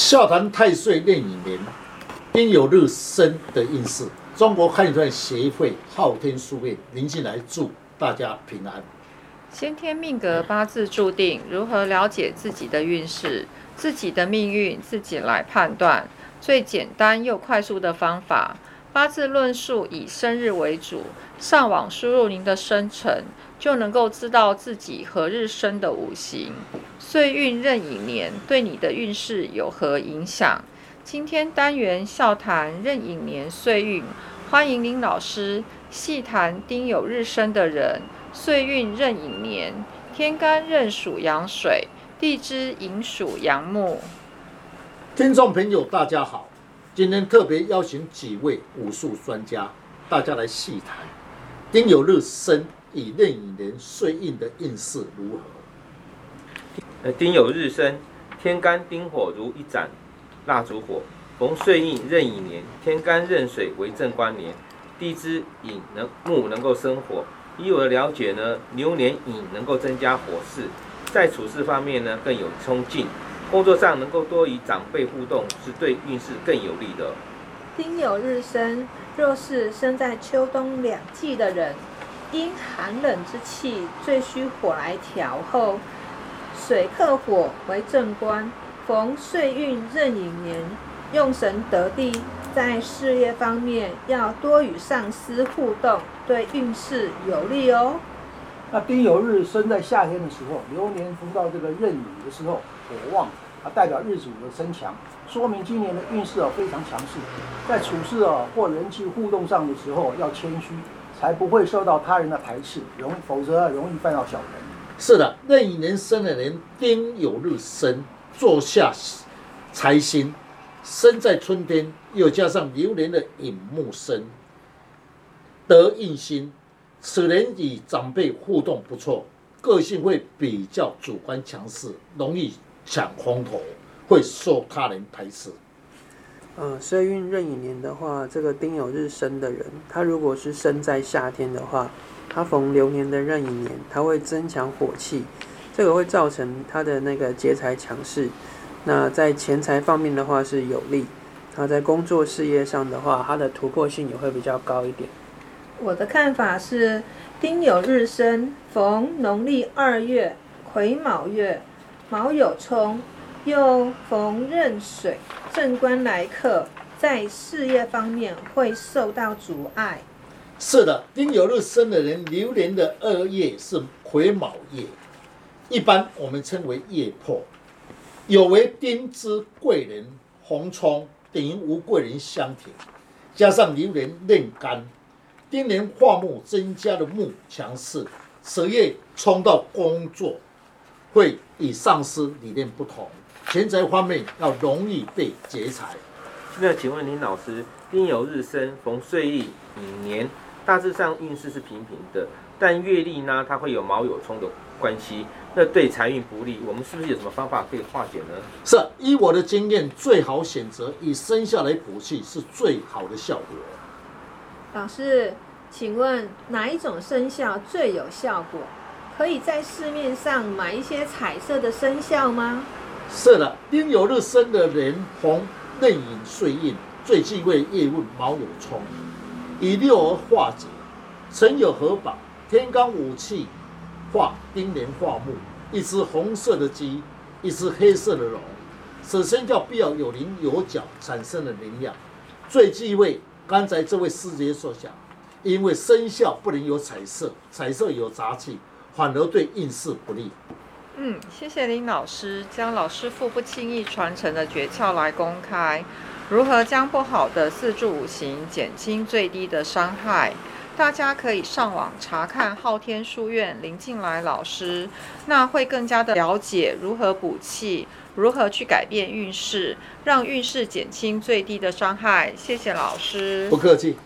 笑谈太岁壬寅年，丁酉日生的运势。中国汉传协会昊天书院林进来祝大家平安。 先天命格八字注定，如何了解自己的运势、自己的命运，自己来判断。最简单又快速的方法，八字论述以生日为主，上网输入您的生辰，就能够知道自己何日生的五行。岁运壬寅年对你的运势有何影响？今天单元笑谈壬寅年岁运，欢迎林老师细谈丁酉日生的人。岁运壬寅年，天干壬属阳水，地支寅属阳木。 听众朋友大家好，今天特别邀请几位武术专家，大家来细谈丁酉日生以壬寅年岁运的运势如何。 丁酉日生，天干丁火如一盏蜡烛火，逢岁运壬寅年，天干壬水为正官年，地支寅木能够生火。以我的了解呢，流年寅能够增加火势，在处事方面呢更有冲劲，工作上能够多与长辈互动，是对运势更有利的。 丁酉日生，若是生在秋冬两季的人，因寒冷之气最需火来调候，水克火为正官，逢岁运壬寅年，用神得地，在事业方面要多与上司互动，对运势有利哦。 那丁酉日生在夏天的时候，流年逢到这个壬寅的时候，火旺，代表日主的身强，说明今年的运势非常强势。在处事或人际互动上的时候要谦虚，才不会受到他人的排斥，否则容易犯到小人。 是的，壬寅年生的人，丁酉日生，坐下财星，生在春天，又加上流年的寅木生，得印星，此人与长辈互动不错，个性会比较主观强势，容易抢风头，会受他人排斥。 岁运壬寅年的话，这个丁酉日生的人，他如果是生在夏天的话，他逢流年的壬寅年，他会增强火气，这个会造成他的那个劫财强势。那在钱财方面的话是有利，他在工作事业上的话，他的突破性也会比较高一点。 我的看法是，丁酉日生，逢农历2月癸卯月，卯酉冲，又逢壬水，正官来克，在事业方面会受到阻碍。 是的，丁酉日生的人，流年的2月是癸卯月，一般我们称为月破，有为丁之贵人红冲，等于无贵人相挺，加上流年壬干，丁年化木增加了木强势，此月冲到工作，会与上司理念不同，钱财方面要容易被劫财。 那请问林老师，丁酉日生逢岁运寅年，大致上运势是平平的，但月历呢，它会有卯酉冲的关系，那对财运不利，我们是不是有什么方法可以化解呢？ 是，依我的经验，最好选择以生肖来补气是最好的效果。 老师，请问哪一种生肖最有效果？可以在市面上买一些彩色的生肖吗？ 是的，丁酉日生的人逢壬寅岁运，最忌讳夜运卯酉冲，以6而化解，辰酉合绑，天干武器化丁年化木，一只红色的鸡，一只黑色的龙，此生肖必要有棱有角产生的能量。最忌讳刚才这位师姐所讲，因为生肖不能有彩色，彩色有杂气，反而对运势不利。 谢谢林老师将老师傅不轻易传承的诀窍来公开，如何将不好的四柱五行减轻最低的伤害。大家可以上网查看昊天书院林进来老师，那会更加的了解如何补气，如何去改变运势，让运势减轻最低的伤害。谢谢老师。 不客气。